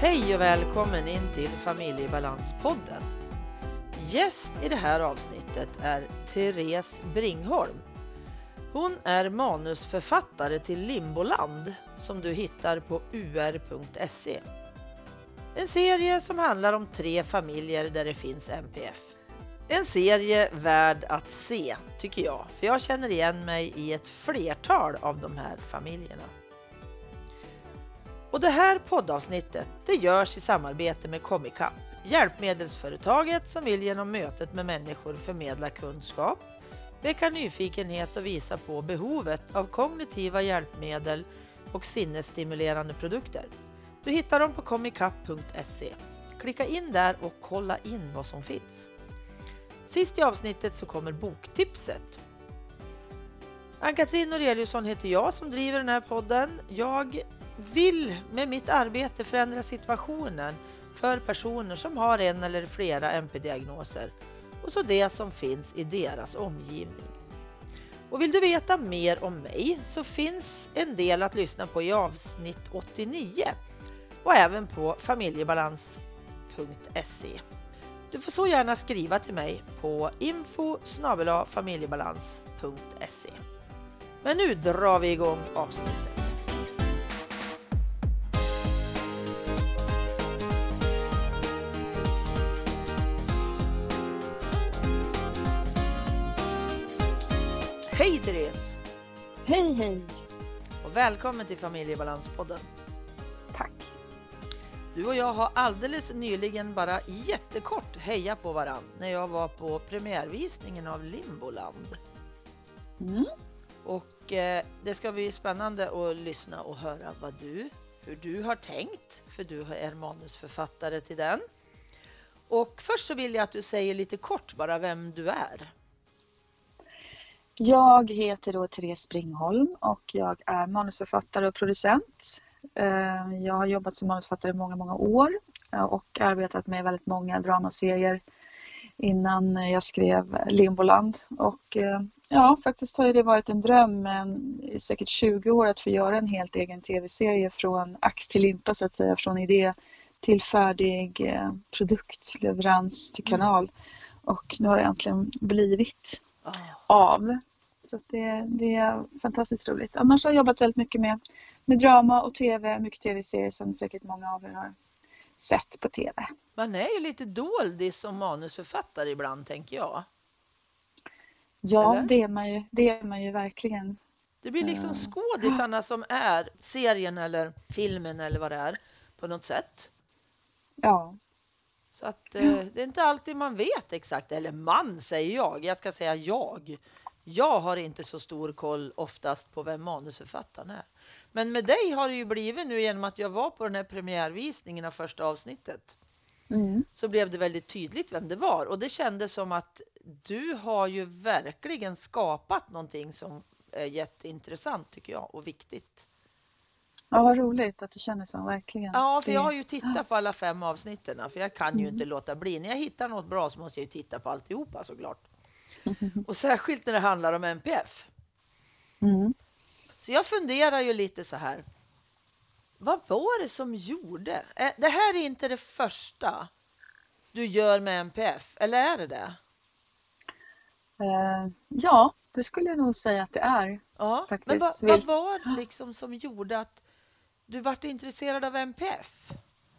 Hej och välkommen in till Familjebalanspodden. Gäst i det här avsnittet är Therese Bringholm. Hon är manusförfattare till Limboland som du hittar på ur.se. En serie som handlar om 3 familjer där det finns MPF. En serie värd att se tycker jag, för jag känner igen mig i ett flertal av de här familjerna. Och det här poddavsnittet det görs i samarbete med Comicap, hjälpmedelsföretaget som vill genom mötet med människor förmedla kunskap, väcka nyfikenhet och visa på behovet av kognitiva hjälpmedel och sinnesstimulerande produkter. Du hittar dem på comicap.se. Klicka in där och kolla in vad som finns. Sist i avsnittet så kommer boktipset. Ann-Katrin Noreliusson heter jag som driver den här podden. Jag vill med mitt arbete förändra situationen för personer som har en eller flera MP-diagnoser och så det som finns i deras omgivning. Och vill du veta mer om mig så finns en del att lyssna på i avsnitt 89 och även på familjebalans.se. Du får så gärna skriva till mig på info@familjebalans.se. Men nu drar vi igång avsnittet. Hej Therese! Hej hej! Och välkommen till Familjebalanspodden. Tack! Du och jag har alldeles nyligen bara jättekort heja på varann när jag var på premiärvisningen av Limboland. Och det ska bli spännande att lyssna och höra hur du har tänkt, för du är manusförfattare till den. Och först så vill jag att du säger lite kort bara vem du är. Jag heter då Therese Bringholm och jag är manusförfattare och producent. Jag har jobbat som manusförfattare i många år och arbetat med väldigt många dramaserier innan jag skrev Limboland. Och ja, faktiskt har det varit en dröm i säkert 20 år att få göra en helt egen tv-serie från ax till limpa så att säga, från idé till färdig produkt, leverans till kanal. Och nu har det äntligen blivit av. Så det är fantastiskt roligt. Annars har jag jobbat väldigt mycket med drama och tv, mycket tv-serier som säkert många av er har sett på tv. Man är ju lite dold som manusförfattare ibland, tänker jag. Ja, det är man ju verkligen. Det blir liksom skådisarna som är serien eller filmen eller vad det är på något sätt. Ja. Så att det är inte alltid man vet exakt, eller man säger jag ska säga jag. Jag har inte så stor koll oftast på vem manusförfattaren är. Men med dig har det ju blivit nu genom att jag var på den här premiärvisningen av första avsnittet. Så blev det väldigt tydligt vem det var. Och det kändes som att du har ju verkligen skapat någonting som är jätteintressant tycker jag och viktigt. Ja, vad roligt att det känns som verkligen. Ja, för jag har ju tittat på alla 5 avsnitten. För jag kan ju inte låta bli. När jag hittar något bra så måste jag ju titta på alltihopa såklart. Och särskilt när det handlar om MPF. Så jag funderar ju lite så här. Vad var det som gjorde? Det här är inte det första du gör med MPF, eller är det det? Ja, det skulle jag nog säga att det är. Ja, faktiskt. Men vad var det liksom som gjorde att du vart intresserad av MPF?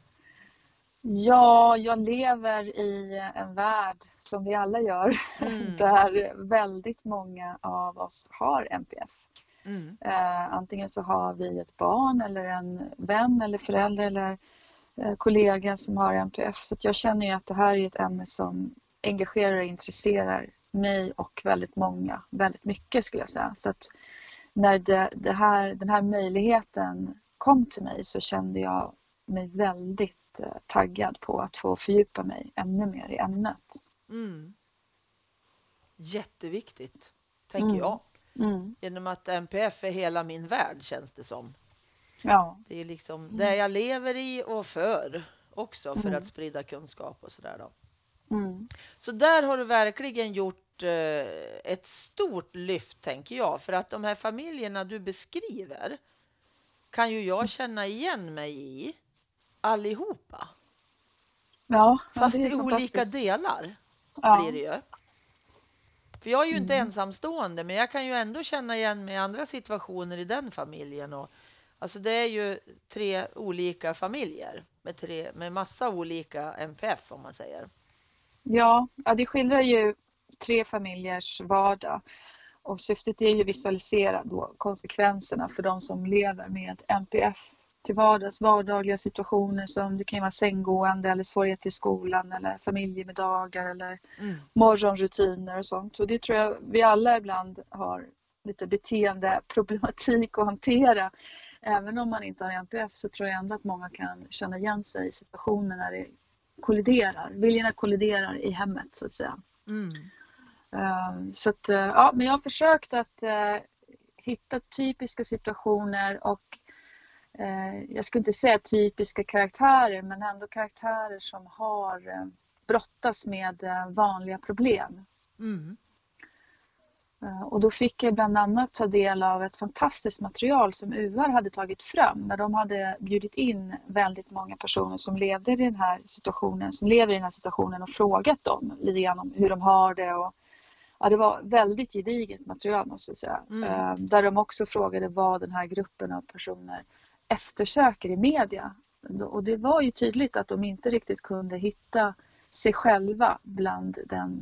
Ja, jag lever i en värld som vi alla gör där väldigt många av oss har MPF. Antingen så har vi ett barn eller en vän eller förälder eller kollega som har MPF. Så att jag känner att det här är ett ämne som engagerar och intresserar mig och väldigt många, väldigt mycket skulle jag säga. Så att när den här möjligheten kom till mig så kände jag mig väldigt taggad på att få fördjupa mig ännu mer i ämnet. Jätteviktigt, tänker jag. Genom att MPF är hela min värld känns det som. Ja. Det är liksom det jag lever i och för också för att sprida kunskap och sådär då. Så där har du verkligen gjort ett stort lyft tänker jag. För att de här familjerna du beskriver kan ju jag känna igen mig i. allihopa. Ja, Fast det är i olika fantastiskt. delar Ja. blir det ju. För jag är ju inte ensamstående, men jag kan ju ändå känna igen mig i andra situationer i den familjen. Och, alltså det är ju 3 olika familjer med massa olika NPF om man säger. Ja, det skildrar ju 3 familjers vardag. Och syftet är ju att visualisera då konsekvenserna för de som lever med NPF till vardagliga situationer som det kan vara sänggående eller svårigheter i skolan eller familjemiddagar eller morgonrutiner och sånt. Och det tror jag vi alla ibland har lite beteendeproblematik att hantera. Även om man inte har NPF så tror jag ändå att många kan känna igen sig i situationer när det kolliderar. Viljorna kolliderar i hemmet så att säga. Så att, ja, men jag har försökt att hitta typiska situationer och jag ska inte säga typiska karaktärer men ändå karaktärer som har brottas med vanliga problem. Och då fick jag bland annat ta del av ett fantastiskt material som UR hade tagit fram när de hade bjudit in väldigt många personer som lever i den här situationen och frågat dem lite grann om hur de har det. Och, ja, det var väldigt gediget material måste jag säga. Där de också frågade vad den här gruppen av personer eftersöker i media. Och det var ju tydligt att de inte riktigt kunde hitta sig själva bland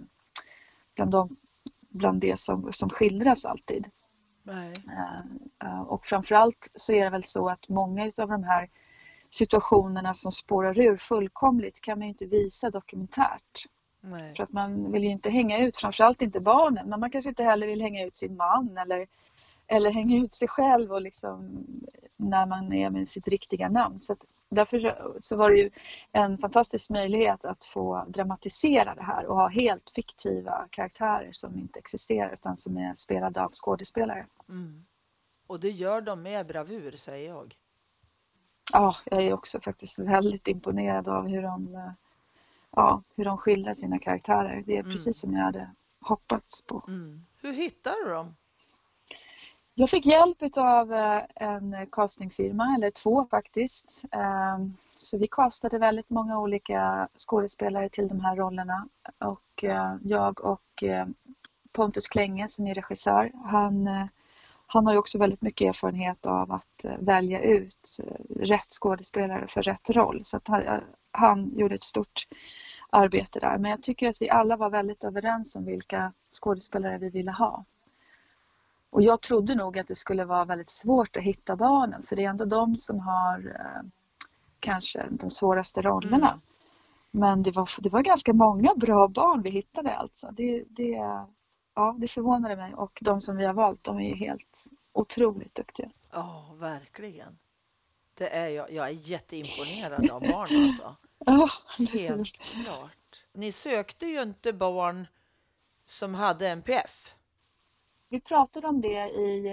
det som skildras alltid. Nej. Och framförallt så är det väl så att många av de här situationerna som spårar ur fullkomligt kan man ju inte visa dokumentärt. Nej. För att man vill ju inte hänga ut, framförallt inte barnen, men man kanske inte heller vill hänga ut sin man eller hänga ut sig själv och liksom när man är med sitt riktiga namn. Så att därför så var det ju en fantastisk möjlighet att få dramatisera det här och ha helt fiktiva karaktärer som inte existerar utan som är spelade av skådespelare. Och det gör de med bravur, säger jag. Ja, jag är också faktiskt väldigt imponerad av hur de skildrar sina karaktärer. Det är precis som jag hade hoppats på. Hur hittar du dem? Jag fick hjälp av en castingfirma, eller 2 faktiskt. Så vi castade väldigt många olika skådespelare till de här rollerna. Och jag och Pontus Klänge som är regissör, han har ju också väldigt mycket erfarenhet av att välja ut rätt skådespelare för rätt roll. Så att han gjorde ett stort arbete där. Men jag tycker att vi alla var väldigt överens om vilka skådespelare vi ville ha. Och jag trodde nog att det skulle vara väldigt svårt att hitta barnen. För det är ändå de som har kanske de svåraste rollerna. Men det var ganska många bra barn vi hittade alltså. Det förvånade mig. Och de som vi har valt, de är ju helt otroligt duktiga. Ja, verkligen. Det är jag är jätteimponerad av barn alltså. Helt klart. Ni sökte ju inte barn som hade NPF. Vi pratade om det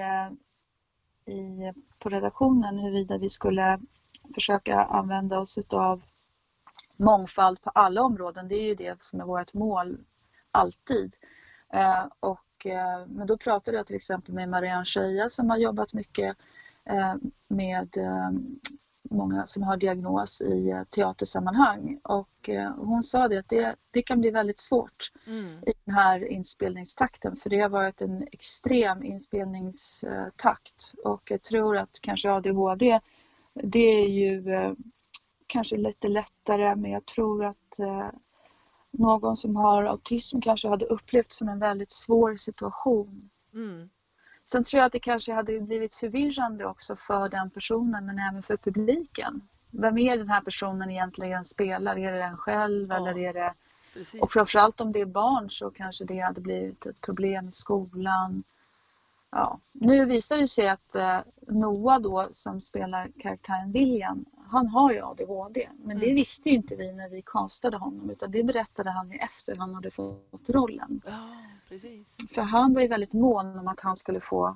på redaktionen huruvida vi skulle försöka använda oss av mångfald på alla områden. Det är ju det som är vårt mål alltid. Men då pratade jag till exempel med Marianne Scheja som har jobbat mycket med många som har diagnos i teatersammanhang. Och hon sa det att det kan bli väldigt svårt i den här inspelningstakten. För det har varit en extrem inspelningstakt. Och jag tror att kanske ADHD, det är ju kanske lite lättare. Men jag tror att någon som har autism kanske hade upplevt som en väldigt svår situation. Sen tror jag att det kanske hade blivit förvirrande också för den personen men även för publiken. Vem är den här personen egentligen spelar? Är det den själv eller är det... Precis. Och framförallt om det är barn så kanske det hade blivit ett problem i skolan. Ja. Nu visar det sig att Noah då som spelar karaktären William, han har ju ADHD. Men det visste ju inte vi när vi castade honom utan det berättade han ju efter han hade fått rollen. Ja, precis. För han var ju väldigt mån om att han skulle få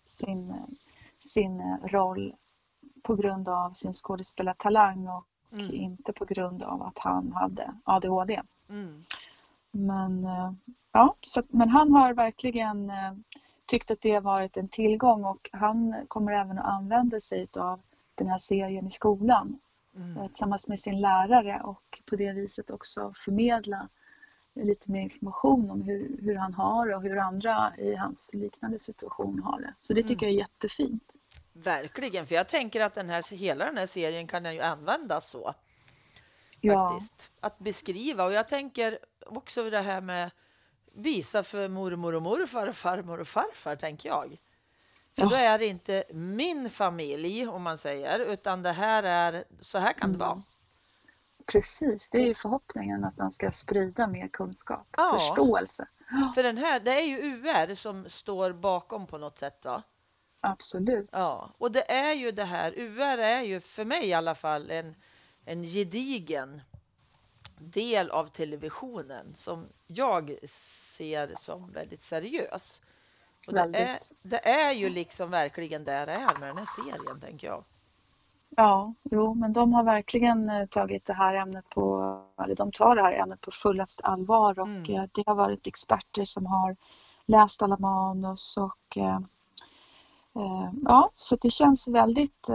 sin roll på grund av sin skådespelartalang och inte på grund av att han hade ADHD. Men, men han har verkligen tyckt att det har varit en tillgång och han kommer även att använda sig av den här serien i skolan. tillsammans med sin lärare och på det viset också förmedla lite mer information om hur han har det och hur andra i hans liknande situation har det. Så det tycker jag är jättefint. Verkligen, för jag tänker att hela den här serien kan ju användas så. Faktiskt. Att beskriva, och jag tänker också det här med visa för mormor och morfar och farmor och farfar, tänker jag. För då är det inte min familj, om man säger, utan det här är, så här kan det vara. Precis, det är ju förhoppningen att man ska sprida mer kunskap, förståelse. För det är ju UR som står bakom på något sätt, va? Absolut. Ja, och det är ju det här, UR är ju för mig i alla fall en gedigen del av televisionen som jag ser som väldigt seriös. Och det är ju liksom verkligen där det är med den här serien, tänker jag. Ja, jo, men de har verkligen tagit det här ämnet de tar det här ämnet på fullast allvar och det har varit experter som har läst alla manus och så det känns väldigt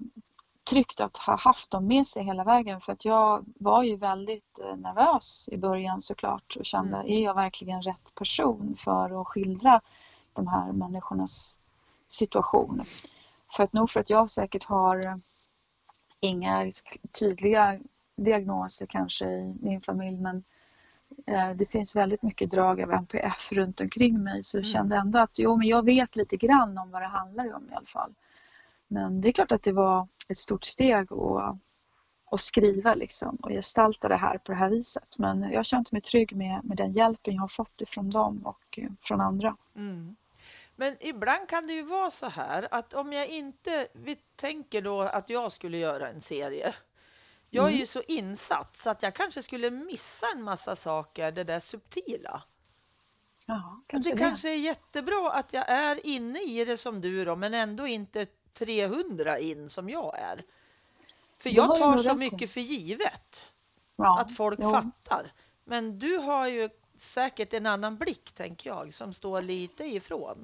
tryggt att ha haft dem med sig hela vägen, för att jag var ju väldigt nervös i början såklart och kände, är jag verkligen rätt person för att skildra de här människornas situation? För att jag säkert har inga tydliga diagnoser kanske i min familj, men det finns väldigt mycket drag av NPF runt omkring mig, så jag kände ändå att men jag vet lite grann om vad det handlar om i alla fall. Men det är klart att det var ett stort steg att skriva liksom, och gestalta det här på det här viset. Men jag har känt mig trygg med den hjälpen jag har fått ifrån dem och från andra. Men ibland kan det ju vara så här att om vi tänker då att jag skulle göra en serie. Jag är ju så insatt så att jag kanske skulle missa en massa saker, det där subtila. Ja, kanske är jättebra att jag är inne i det som du då, men ändå inte 300 in som jag är. För jag tar så mycket för givet att folk fattar. Men du har ju säkert en annan blick, tänker jag, som står lite ifrån.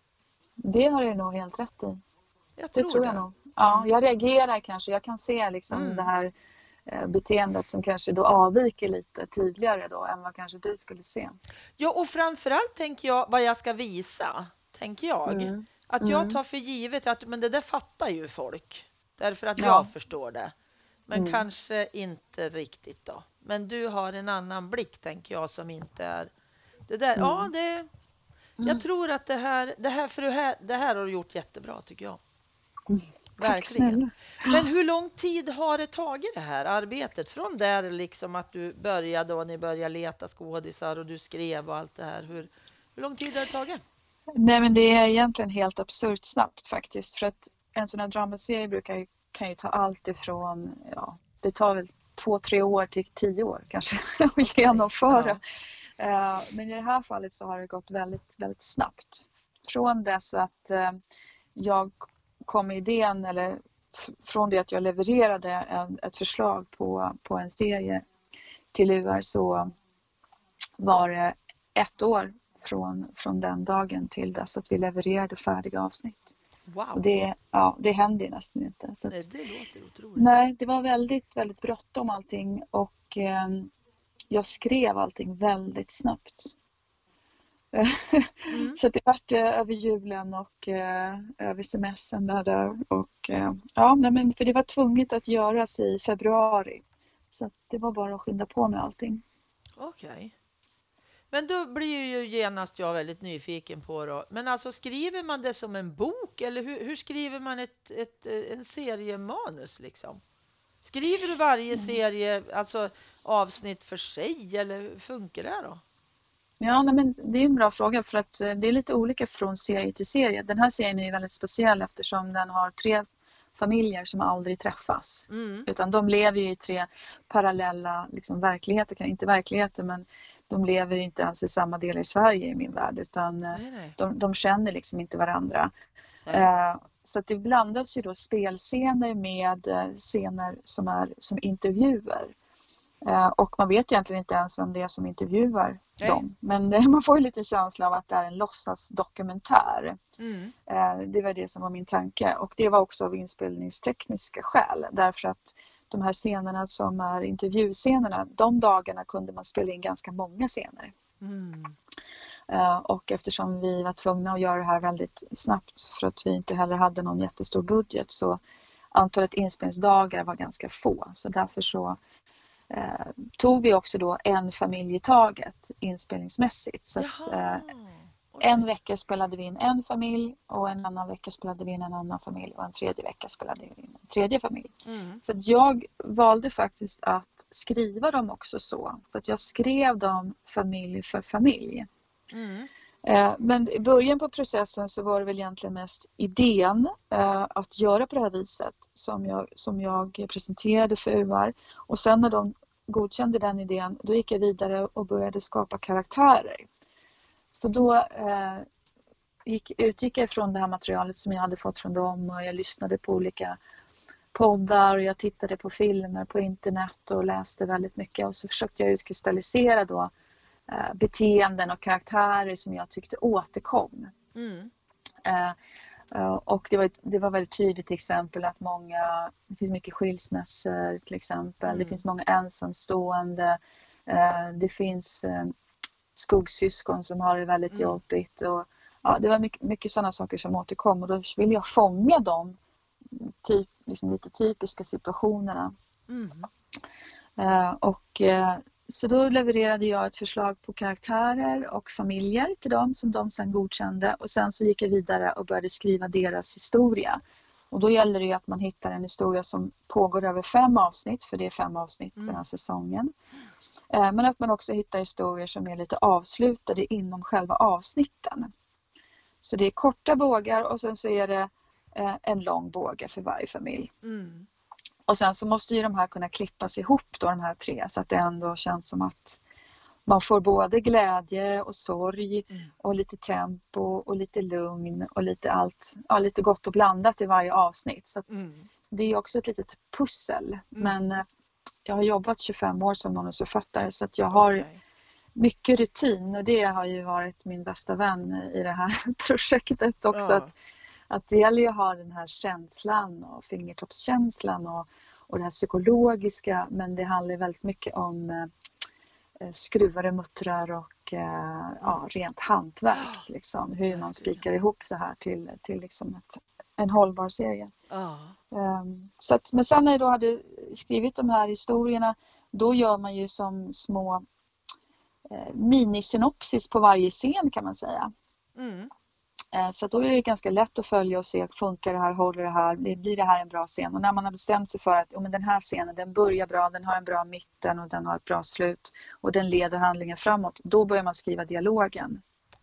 Det har du nog helt rätt i. Det tror jag nog. Ja, jag reagerar kanske. Jag kan se liksom det här beteendet som kanske då avviker lite tidigare då än vad kanske du skulle se. Ja, och framförallt tänker jag vad jag ska visa, tänker jag. Att jag tar för givet att men det där fattar ju folk. Därför att jag förstår det. Men kanske inte riktigt då. Men du har en annan blick, tänker jag, som inte är det där. Ja, jag tror att det här har du gjort jättebra, tycker jag. Verkligen. Men hur lång tid har det tagit det här arbetet? Från där liksom att du började och ni började leta skådisar och du skrev och allt det här. Hur lång tid har det tagit? Nej, men det är egentligen helt absurt snabbt faktiskt. För att en sån här dramaserie kan ju ta allt ifrån, det tar väl 2-3 år till 10 år kanske att genomföra. Ja. Men i det här fallet så har det gått väldigt, väldigt snabbt. Från dess att jag kom med idén, eller från det att jag levererade ett förslag på en serie till UR, så var det 1 år från den dagen till dess att vi levererade färdiga avsnitt. Wow. Och det händer nästan inte. Så det låter otroligt. Nej, det var väldigt, väldigt bråttom allting och jag skrev allting väldigt snabbt. Så det var över julen och över semestern där och för det var tvunget att göras i februari. Så det var bara att skynda på med allting. Okej. Men då blir ju genast jag väldigt nyfiken på då. Men alltså skriver man det som en bok eller hur skriver man en seriemanus liksom? Skriver du varje serie, alltså avsnitt för sig eller hur funkar det då? Ja, men det är en bra fråga för att det är lite olika från serie till serie. Den här serien är ju väldigt speciell eftersom den har 3 familjer som aldrig träffas. Utan de lever ju i 3 parallella liksom, verkligheter, inte verkligheter men de lever inte ens i samma del i Sverige i min värld utan de känner liksom inte varandra. Så att det blandas ju då spelscener med scener som intervjuer. Och man vet egentligen inte ens vem det är som intervjuar dem. Men man får ju lite känsla av att det är en låtsasdokumentär. Det var det som var min tanke. Och det var också av inspelningstekniska skäl. Därför att de här scenerna som är intervjuscenerna, de dagarna kunde man spela in ganska många scener. Och eftersom vi var tvungna att göra det här väldigt snabbt för att vi inte heller hade någon jättestor budget, så antalet inspelningsdagar var ganska få. Så därför så tog vi också då en familj i taget inspelningsmässigt. Så att, en vecka spelade vi in en familj och en annan vecka spelade vi in en annan familj och en tredje vecka spelade vi in en tredje familj. Så att jag valde faktiskt att skriva dem också så. Så att jag skrev dem familj för familj. Men i början på processen så var det väl egentligen mest idén att göra på det här viset som jag presenterade för UR. Och sen när de godkände den idén, då gick jag vidare och började skapa karaktärer. Så då utgick jag från det här materialet som jag hade fått från dem, och jag lyssnade på olika poddar och jag tittade på filmer på internet och läste väldigt mycket, och så försökte jag utkristallisera då beteenden och karaktärer som jag tyckte återkom. Och det var väldigt tydligt till exempel att det finns mycket skilsmässor till exempel, det finns många ensamstående, det finns skuggsyskon som har det väldigt jobbigt, och det var mycket sådana saker som återkom, och då ville jag fånga de liksom lite typiska situationerna. Så då levererade jag ett förslag på karaktärer och familjer till dem som de sedan godkände, och sen så gick jag vidare och började skriva deras historia. Och då gäller det ju att man hittar en historia som pågår över 5 avsnitt, för det är 5 avsnitt den här säsongen. Men att man också hittar historier som är lite avslutade inom själva avsnitten. Så det är korta bågar och sen så är det en lång båge för varje familj. Och sen så måste ju de här kunna klippas ihop då, de här 3, så att det ändå känns som att man får både glädje och sorg och lite tempo och lite lugn och lite allt, lite gott och blandat i varje avsnitt. Så att det är också ett litet pussel. Men jag har jobbat 25 år som manusförfattare, så att jag har mycket rutin, och det har ju varit min bästa vän i det här projektet också. Att det gäller ju att ha den här känslan och fingertoppskänslan och det här psykologiska, men det handlar väldigt mycket om skruvare muttrar och rent hantverk, liksom, hur man spikar ihop det här till liksom en hållbar serie. Så att, men sen när jag då hade skrivit de här historierna, då gör man ju som små minisynopsis på varje scen, kan man säga. Så då är det ganska lätt att följa och se, funkar det här, håller det här, blir det här en bra scen? Och när man har bestämt sig för att men den här scenen, den börjar bra, den har en bra mitten och den har ett bra slut och den leder handlingen framåt, då börjar man skriva dialogen.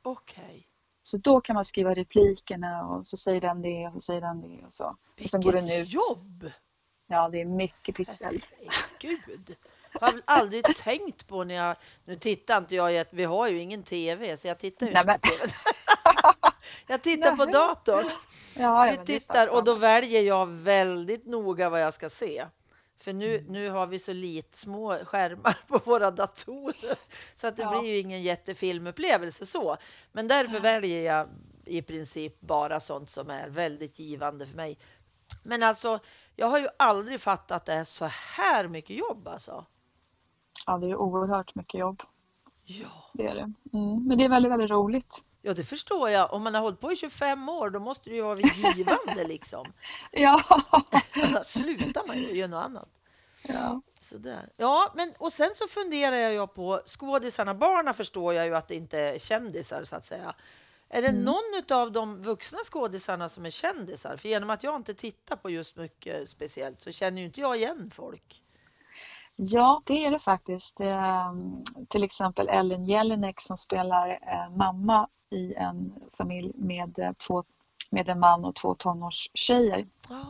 Så då kan man skriva replikerna, och så säger den det och så säger den det och så. Och sen går den ut. Jobb! Ja, det är mycket pyssel. Gud! Jag har aldrig tänkt på nu tittar inte jag, vi har ju ingen tv, så jag tittar ju inte på tv. Jag tittar på datorn. Vi tittar, och då väljer jag väldigt noga vad jag ska se. För nu har vi så lite små skärmar på våra datorer, så att det blir ju ingen jättefilmupplevelse så. Men därför väljer jag i princip bara sånt som är väldigt givande för mig. Men alltså, jag har ju aldrig fattat att det är så här mycket jobb alltså. Ja, det är oerhört mycket jobb. Ja. Det är det. Men det är väldigt, väldigt roligt. Ja, det förstår jag. Om man har hållit på i 25 år, då måste det ju vara givande liksom. Ja. Annars slutar man ju göra något annat. Ja. Sådär. Ja, men och sen så funderar jag på skådisarna. Barnen förstår jag ju att det inte är kändisar, så att säga. Är det någon av de vuxna skådisarna som är kändisar? För genom att jag inte tittar på just mycket speciellt så känner ju inte jag igen folk. Ja, det är det faktiskt. Till exempel Ellen Jelinek som spelar mamma i en familj med en man och 2 tonårstjejer.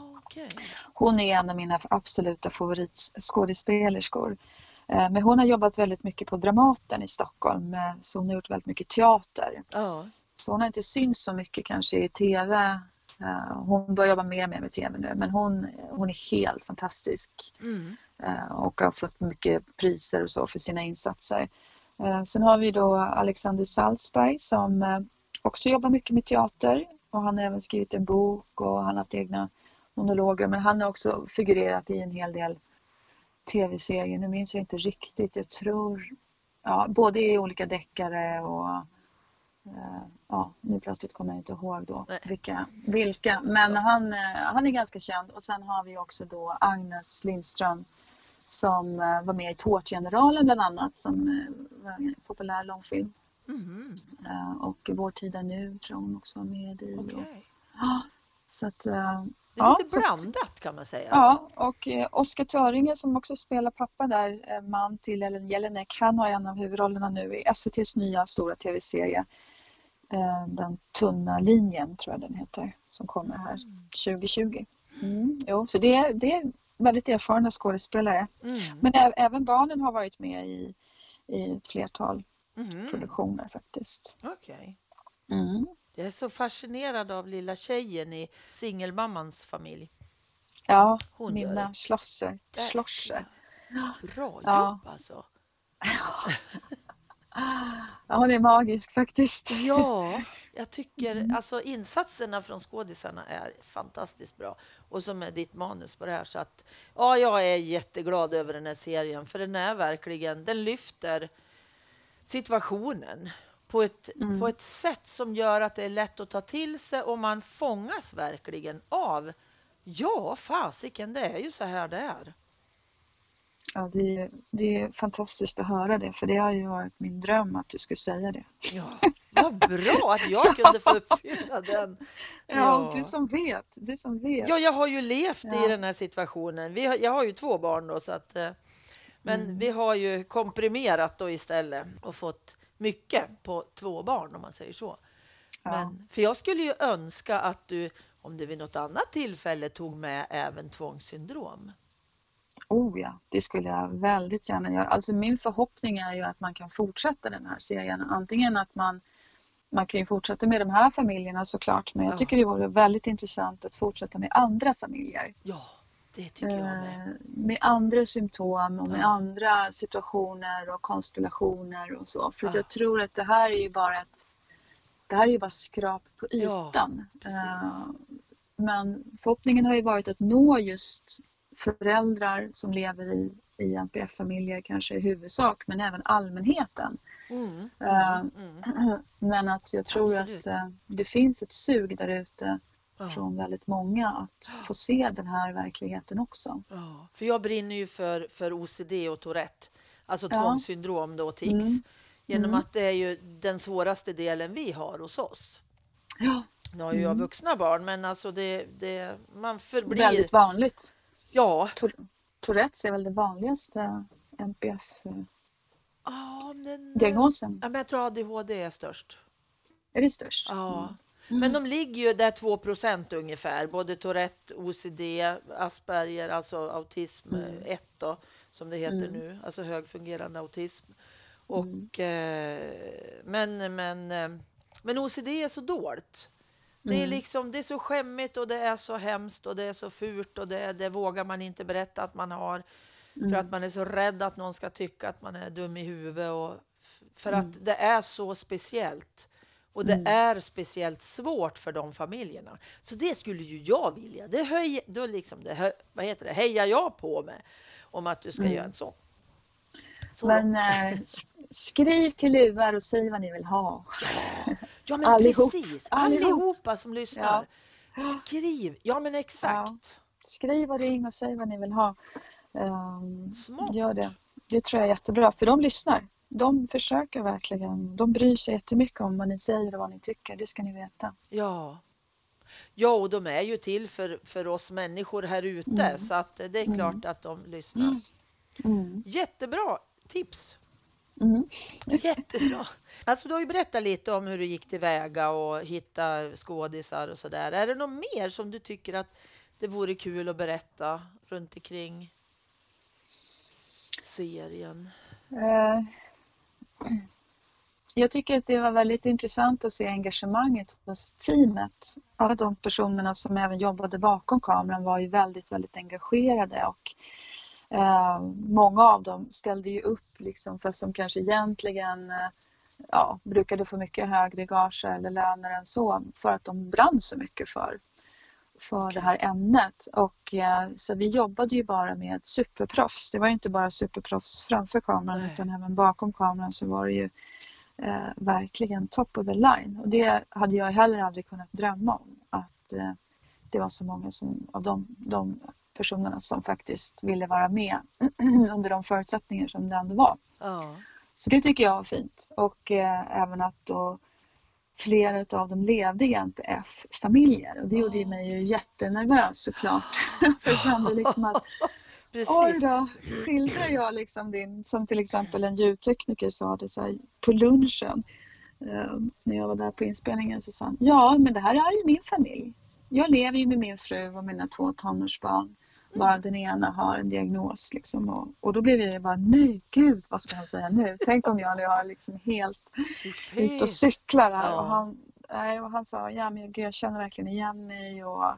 Hon är en av mina absoluta favoritskådespelerskor. Men hon har jobbat väldigt mycket på Dramaten i Stockholm, så hon har gjort väldigt mycket teater. Så hon har inte synts så mycket kanske i tv. Hon börjar jobba mer med tv nu, men hon är helt fantastisk. Och har fått mycket priser och så för sina insatser. Sen har vi då Alexander Salzberg som också jobbar mycket med teater. Och han har även skrivit en bok och han har haft egna monologer. Men han har också figurerat i en hel del tv-serie. Nu minns jag inte riktigt. Jag tror både i olika deckare och nu plötsligt kommer jag inte ihåg då vilka. Men han är ganska känd. Och sen har vi också då Agnes Lindström som var med i Tårtgeneralen bland annat, som var en populär långfilm. Och Vår tid är nu tror jag hon också var med i. Okay. Så att, det är lite blandat kan man säga. Ja, och Oskar Töringe som också spelar pappa där, man till Ellen Jelinek, han har en av huvudrollerna nu i SVT:s nya stora tv-serie. Den tunna linjen tror jag den heter, som kommer här 2020. Så det är väldigt erfarna skådespelare. Men även barnen har varit med i ett flertal produktioner faktiskt. Okej. Jag är så fascinerad av lilla tjejen i singelmammans familj. Ja, Minna Schlosser. Bra jobb alltså. Ja, hon är magisk faktiskt. Ja, jag tycker alltså insatserna från skådisarna är fantastiskt bra. Och som är ditt manus på det här. Så att, jag är jätteglad över den här serien. För den är verkligen, den lyfter situationen på ett sätt som gör att det är lätt att ta till sig. Och man fångas verkligen av, fasiken, det är ju så här det är. Ja, det är fantastiskt att höra det, för det har ju varit min dröm att du skulle säga det. Ja, vad bra att jag kunde få uppfylla den. Ja, du som vet. Ja, jag har ju levt i den här situationen. Jag har ju 2 barn då, så att, men vi har ju komprimerat då istället och fått mycket på 2 barn om man säger så. Men, för jag skulle ju önska att du, om det vid något annat tillfälle, tog med även tvångssyndrom. Oh ja, det skulle jag väldigt gärna göra. Alltså min förhoppning är ju att man kan fortsätta den här serien. Antingen att man kan ju fortsätta med de här familjerna såklart. Men jag tycker det vore väldigt intressant att fortsätta med andra familjer. Ja, det tycker jag med. Med andra symptom och med andra situationer och konstellationer och så. För jag tror att det här är ju bara skrap på ytan. Men förhoppningen har ju varit att nå just föräldrar som lever i NPF-familjer kanske i huvudsak, men även allmänheten. Men att jag tror att det finns ett sug där ute från väldigt många att få se den här verkligheten också. Ja, för jag brinner ju för OCD och Tourette, alltså tvångssyndrom då, tics. Genom att det är ju den svåraste delen vi har hos oss. Ja. Nu har ju jag vuxna barn, men alltså man förblir... Väldigt vanligt. Ja. Tourettes är väl det vanligaste NPF-diagnosen. Men jag tror ADHD är störst. Är det störst? Ja. Men de ligger ju där 2% ungefär. Både Tourette, OCD, Asperger, alltså autism 1 då, som det heter nu. Alltså högfungerande autism. Och, men OCD är så dåligt. Det är liksom, det är så skämmigt och det är så hemskt och det är så fult och det vågar man inte berätta att man har, för att man är så rädd att någon ska tycka att man är dum i huvudet, och för att det är så speciellt och det är speciellt svårt för de familjerna. Så det skulle ju jag vilja. Hejar jag på med om att du ska göra en sån. Men skriv till UR och säg vad ni vill ha. Ja, men precis. Allihopa som lyssnar. Skriv. Ja, men exakt. Ja. Skriv och ring och säg vad ni vill ha. Smart. Gör det. Det tror jag är jättebra. För de lyssnar. De försöker verkligen. De bryr sig jättemycket om vad ni säger och vad ni tycker. Det ska ni veta. Ja. Ja, och de är ju till för oss människor här ute. Så att det är klart att de lyssnar. Jättebra tips. Jättebra. Alltså du har ju berättat lite om hur du gick tillväga och hitta skådisar och sådär. Är det något mer som du tycker att det vore kul att berätta runt omkring serien? Jag tycker att det var väldigt intressant att se engagemanget hos teamet. Alla de personerna som även jobbade bakom kameran var ju väldigt, väldigt engagerade, och många av dem ställde ju upp liksom, fast de kanske egentligen brukade få mycket högre gage eller löner än så, för att de brann så mycket för det här ämnet. Och så vi jobbade ju bara med superproffs. Det var ju inte bara superproffs framför kameran utan även bakom kameran så var det ju verkligen top of the line. Och det hade jag heller aldrig kunnat drömma om. Att det var så många av de personerna som faktiskt ville vara med under de förutsättningar som det ändå var. Ja. Så det tycker jag var fint. Och även att då flera av dem levde i NPF-familjer. Och det gjorde mig ju jättenervös såklart. För jag kände liksom att oj då, skildrar jag liksom din, som till exempel en ljudtekniker sa det så här, på lunchen. När jag var där på inspelningen så sa han, ja men det här är ju min familj. Jag lever ju med min fru och mina 2 tonårsbarn. Bara den ena har en diagnos liksom. Och då blev jag bara, nej gud, vad ska han säga nu? Tänk om jag nu har liksom helt ut och cyklar här. Ja. Och han sa, ja men gud, jag känner verkligen igen mig. Och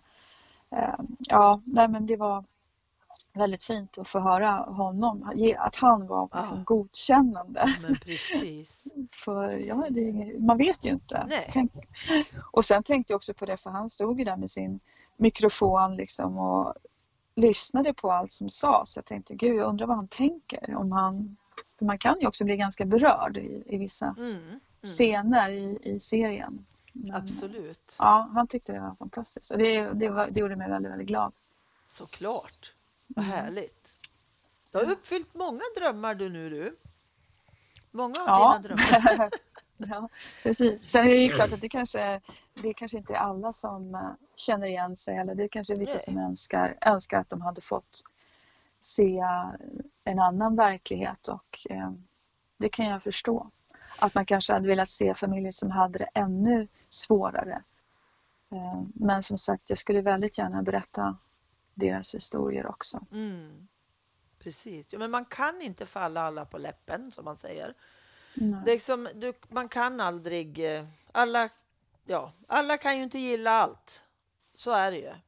men det var väldigt fint att få höra honom, att han var liksom godkännande. Men precis. För man vet ju inte. Och sen tänkte jag också på det, för han stod ju där med sin mikrofon liksom och lyssnade på allt som sades. Jag tänkte, gud, jag undrar vad han tänker. För man kan ju också bli ganska berörd i vissa scener i serien. Men, absolut. Ja, han tyckte det var fantastiskt. Och det gjorde mig väldigt, väldigt glad. Såklart. Vad härligt. Du har uppfyllt många drömmar du. Många av dina drömmar. Ja, precis. Sen är det ju klart att det kanske inte är alla som känner igen sig. Eller det är kanske vissa som önskar att de hade fått se en annan verklighet. Och det kan jag förstå. Att man kanske hade velat se familjer som hade det ännu svårare. Men som sagt, jag skulle väldigt gärna berätta deras historier också. Precis. Ja, men man kan inte falla alla på läppen, som man säger. Nej. Det är liksom, man kan aldrig... Alla kan ju inte gilla allt. Så är det ju.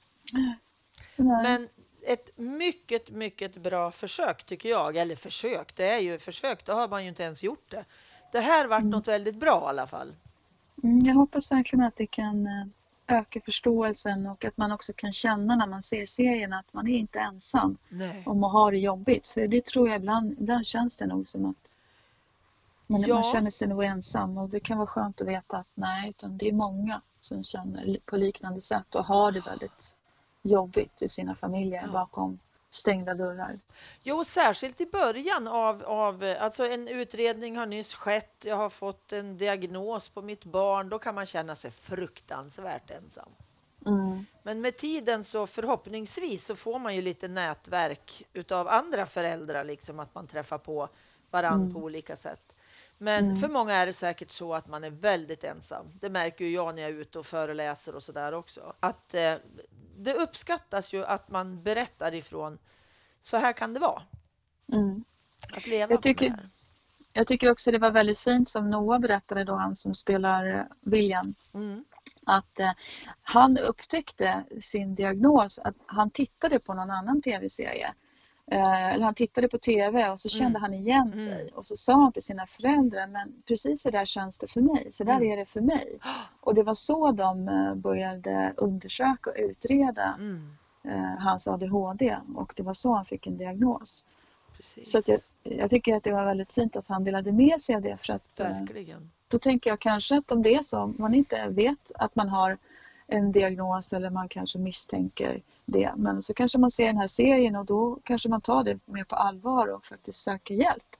Nej. Men ett mycket, mycket bra försök tycker jag. Eller försök, det är ju försök. Då har man ju inte ens gjort det. Det här varit något väldigt bra i alla fall. Jag hoppas verkligen att det kan öka förståelsen och att man också kan känna när man ser serien att man är inte ensam om att ha det jobbigt. För det tror jag ibland känns det nog som att man känner sig nog ensam, och det kan vara skönt att veta att utan det är många som känner på liknande sätt och har det väldigt jobbigt i sina familjer bakom stängda dörrar. Jo, särskilt i början alltså en utredning har nyss skett, jag har fått en diagnos på mitt barn, då kan man känna sig fruktansvärt ensam. Men med tiden så förhoppningsvis så får man ju lite nätverk utav andra föräldrar, liksom att man träffar på varann på olika sätt. Men för många är det säkert så att man är väldigt ensam. Det märker ju jag när jag är ute och föreläser och sådär också. Att det uppskattas ju att man berättar ifrån, så här kan det vara. Att leva på det här. Jag tycker också det var väldigt fint som Noah berättade då, han som spelar William. Att han upptäckte sin diagnos, att han tittade på någon annan tv-serie. Eller han tittade på tv och så kände han igen sig. Och så sa han till sina föräldrar, men precis så där känns det för mig. Så där är det för mig. Och det var så de började undersöka och utreda hans ADHD. Och det var så han fick en diagnos. Precis. Så att jag tycker att det var väldigt fint att han delade med sig av det. För att, verkligen. Då tänker jag kanske att om det är så, man inte vet att man har en diagnos eller man kanske misstänker det. Men så kanske man ser den här serien och då kanske man tar det mer på allvar och faktiskt söker hjälp.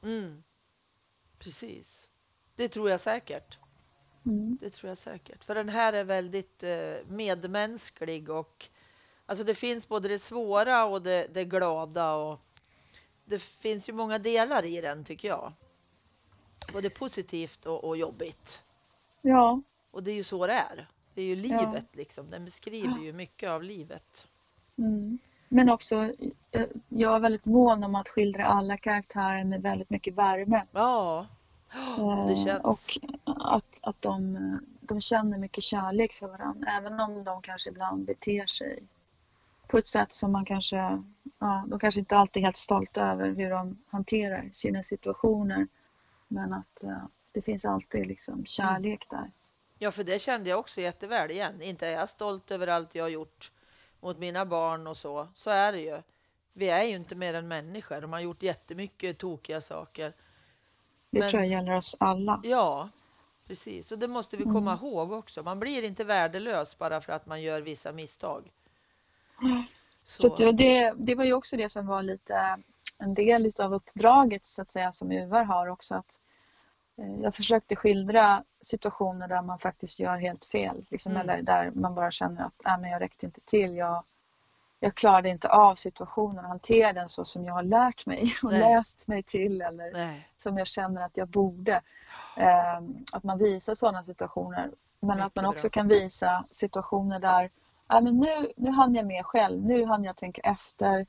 Precis. Det tror jag säkert. Det tror jag säkert. För den här är väldigt medmänsklig och alltså det finns både det svåra och det glada och det finns ju många delar i den tycker jag. Både positivt och jobbigt. Ja. Och det är ju så det är. Det är ju livet liksom. Den beskriver ju mycket av livet. Men också, jag är väldigt mån om att skildra alla karaktärer med väldigt mycket värme. Ja, det känns. Och att de känner mycket kärlek för varandra. Även om de kanske ibland beter sig på ett sätt som man kanske, de kanske inte alltid är helt stolta över hur de hanterar sina situationer. Men att det finns alltid liksom kärlek där. Ja, för det kände jag också jätteväl igen. Inte är jag stolt över allt jag har gjort mot mina barn och så. Så är det ju. Vi är ju inte mer än människor. De har gjort jättemycket tokiga saker. Det tror jag Men gäller oss alla. ja, precis. Och det måste vi komma ihåg också. Man blir inte värdelös bara för att man gör vissa misstag. Så att Så, det var ju också det som var lite en del av uppdraget så att säga som UVAR har också. Att jag försökte skildra situationer där man faktiskt gör helt fel. Liksom, eller där man bara känner att men jag räckte inte till. Jag klarade inte av situationen och hanterade den så som jag har lärt mig och läst mig till. Eller som jag känner att jag borde. Att man visar sådana situationer. Men mycket att man också bra. kan visa situationer där men nu hann jag med själv. Nu hann jag tänka efter.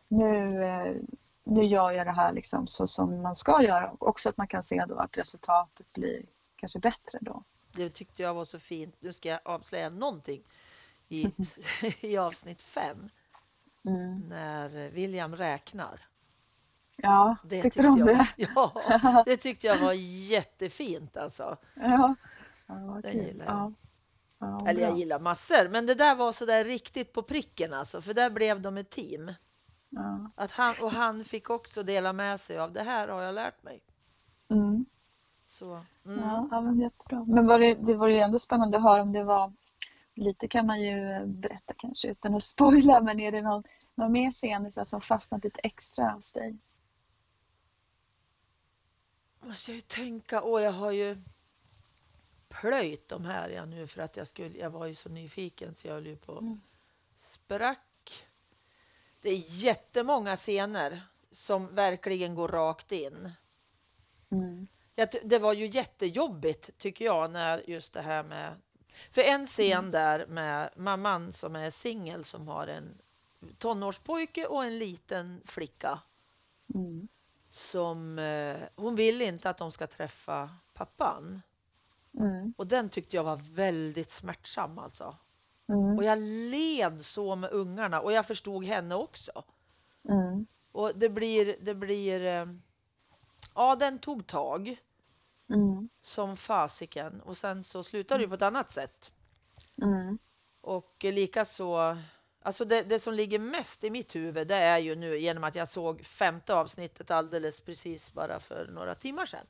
Nu gör jag det här liksom så som man ska göra. Och också att man kan se då att resultatet blir kanske bättre då. Det tyckte jag var så fint. Nu ska jag avslöja någonting i avsnitt 5. När William räknar. Ja, Det tyckte du om det? Ja, det tyckte jag var jättefint alltså. Ja, Den gillar jag. Ja, Eller jag bra. gillar massor. Men det där var så där riktigt på pricken alltså. För där blev de ett team. Ja. Att han fick också dela med sig av det här har jag lärt mig. Mm. Så, Ja, men jättebra. Men det var ju ändå spännande att höra om det var, lite kan man ju berätta kanske utan att spoila, men är det någon mer scen som fastnat lite extra hos dig? Måste jag ju tänka, jag har ju plöjt de här nu för att jag var ju så nyfiken så jag höll ju på sprack. Det är jättemånga scener som verkligen går rakt in. Det var ju jättejobbigt tycker jag när just det här med... För en scen där med mamman som är singel som har en tonårspojke och en liten flicka. Som hon vill inte att de ska träffa pappan. Och den tyckte jag var väldigt smärtsam alltså. Och jag led så med ungarna och jag förstod henne också. Och det blir den tog tag som fasiken och sen så slutar det på ett annat sätt. Och lika så alltså det som ligger mest i mitt huvud det är ju nu genom att jag såg 5:e avsnittet alldeles precis bara för några timmar sedan.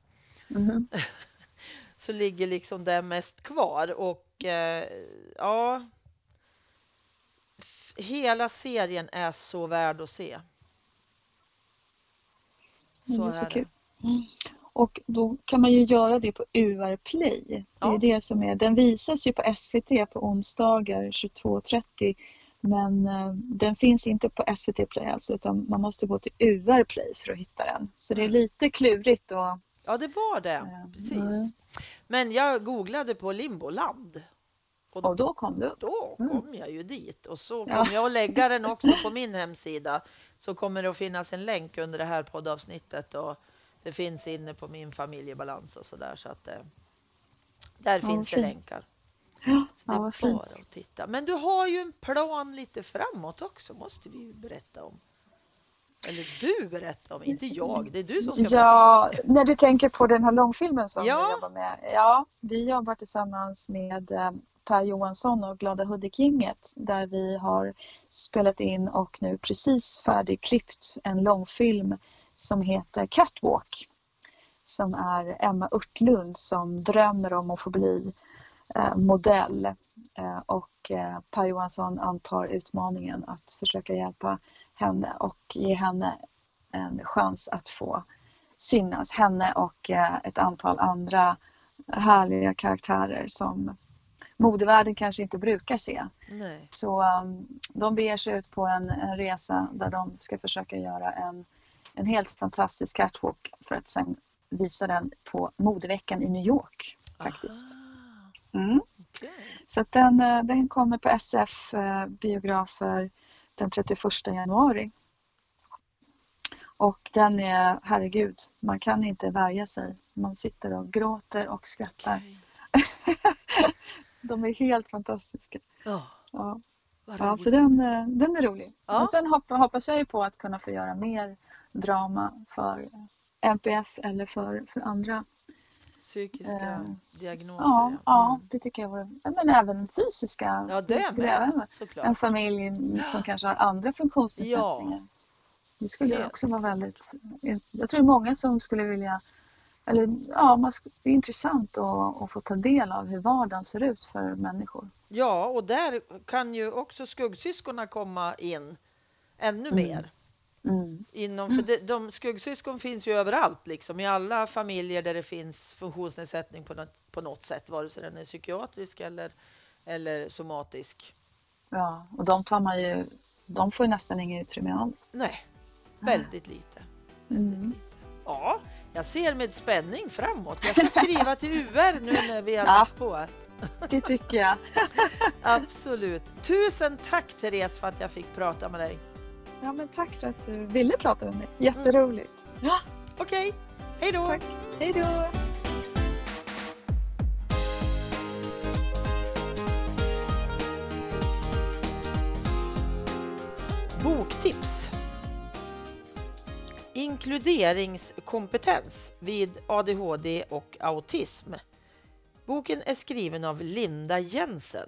Så ligger liksom det mest kvar och hela serien är så värd att se. Så så är kul. det. Och då kan man ju göra det på UR Play. Det är det som är. Den visas ju på SVT på onsdagar 22:30. Men den finns inte på SVT Play alltså, utan man måste gå till UR Play för att hitta den. Så det är lite klurigt. Ja, det var det. Precis. Men jag googlade på Limboland. Och då kom du? Då kom jag ju dit. Och så kom jag att lägga den också på min hemsida. Så kommer det att finnas en länk under det här poddavsnittet. Och det finns inne på min familjebalans och sådär. Så att där finns det länkar. Så det är bara att titta. Men du har ju en plan lite framåt också. Måste vi ju berätta om. Eller du berättar om, inte jag. Det är du som ska berätta. När du tänker på den här långfilmen som vi jobbar med. Ja, vi jobbar tillsammans med Per Johansson och Glada Hudik-gänget där vi har spelat in och nu precis färdigklippt en långfilm som heter Catwalk. Som är Emma Urtlund som drömmer om att få bli modell. Och Per Johansson antar utmaningen att försöka hjälpa henne och ge henne en chans att få synas. Henne och ett antal andra härliga karaktärer som modevärlden kanske inte brukar se. Nej. Så de beger sig ut på en resa där de ska försöka göra en helt fantastisk catwalk för att sen visa den på modeveckan i New York faktiskt. Okay. Så att den kommer på SF-biografer den 31 januari. Och den är, herregud, man kan inte värja sig. Man sitter och gråter och skrattar. Okay. De är helt fantastiska. Ja, så den är rolig. Ja. Men sen hoppas jag ju på att kunna få göra mer drama för MPF eller för andra Psykiska diagnoser. Ja, det tycker jag vore. Men även fysiska. Ja, det skulle med, jag, såklart. en familj som kanske har andra funktionsnedsättningar. Ja. Det skulle Helt. också vara väldigt. Jag tror många som skulle vilja. Eller ja, det är intressant att få ta del av hur vardagen ser ut för människor. Ja, och där kan ju också skuggsyskorna komma in ännu mer. För de skuggsyskon finns ju överallt, liksom, i alla familjer där det finns funktionsnedsättning på något sätt, vare sig den är psykiatrisk eller somatisk. Ja, och de får ju nästan inget utrymme alls. Nej, väldigt lite. Ja, jag ser med spänning framåt. Jag ska skriva till UR nu när vi har lagt på. Det tycker jag. Absolut. Tusen tack, Therese, för att jag fick prata med dig. Ja, men tack för att du ville prata med mig. Jätteroligt. Ja. Okej, hej då. Tack. Hej då. Boktips. Inkluderingskompetens vid ADHD och autism. Boken är skriven av Linda Jensen.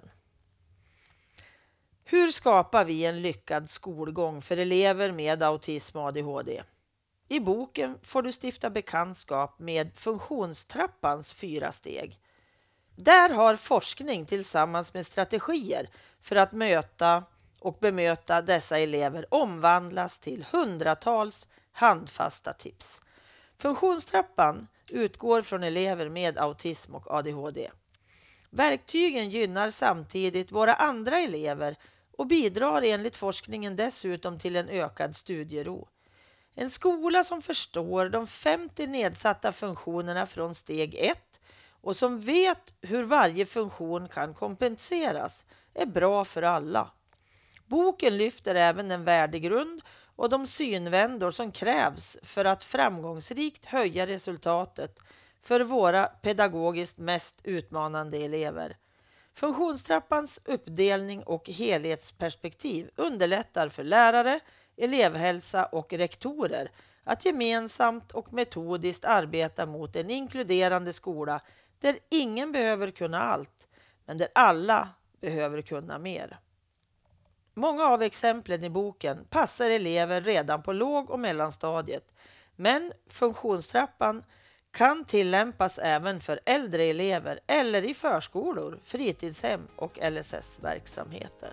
Hur skapar vi en lyckad skolgång för elever med autism och ADHD? I boken får du stifta bekantskap med funktionstrappans 4 steg. Där har forskning tillsammans med strategier för att möta och bemöta dessa elever omvandlas till hundratals handfasta tips. Funktionstrappan utgår från elever med autism och ADHD. Verktygen gynnar samtidigt våra andra elever och bidrar enligt forskningen dessutom till en ökad studiero. En skola som förstår de 50 nedsatta funktionerna från steg 1 och som vet hur varje funktion kan kompenseras är bra för alla. Boken lyfter även den värdegrund och de synvändor som krävs för att framgångsrikt höja resultatet för våra pedagogiskt mest utmanande elever. Funktionstrappans uppdelning och helhetsperspektiv underlättar för lärare, elevhälsa och rektorer att gemensamt och metodiskt arbeta mot en inkluderande skola där ingen behöver kunna allt, men där alla behöver kunna mer. Många av exemplen i boken passar elever redan på låg- och mellanstadiet, men funktionstrappan kan tillämpas även för äldre elever eller i förskolor, fritidshem och LSS-verksamheter.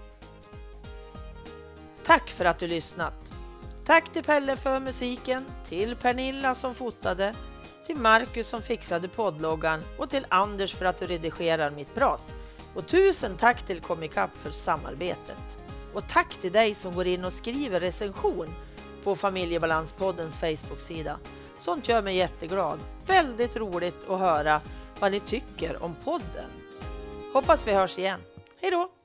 Tack för att du lyssnat. Tack till Pelle för musiken, till Pernilla som fotade, till Marcus som fixade poddloggan och till Anders för att du redigerar mitt prat. Och tusen tack till Comicap för samarbetet. Och tack till dig som går in och skriver recension på Familjebalanspoddens Facebook-sida. Sånt gör mig jätteglad. Väldigt roligt att höra vad ni tycker om podden. Hoppas vi hörs igen. Hej då!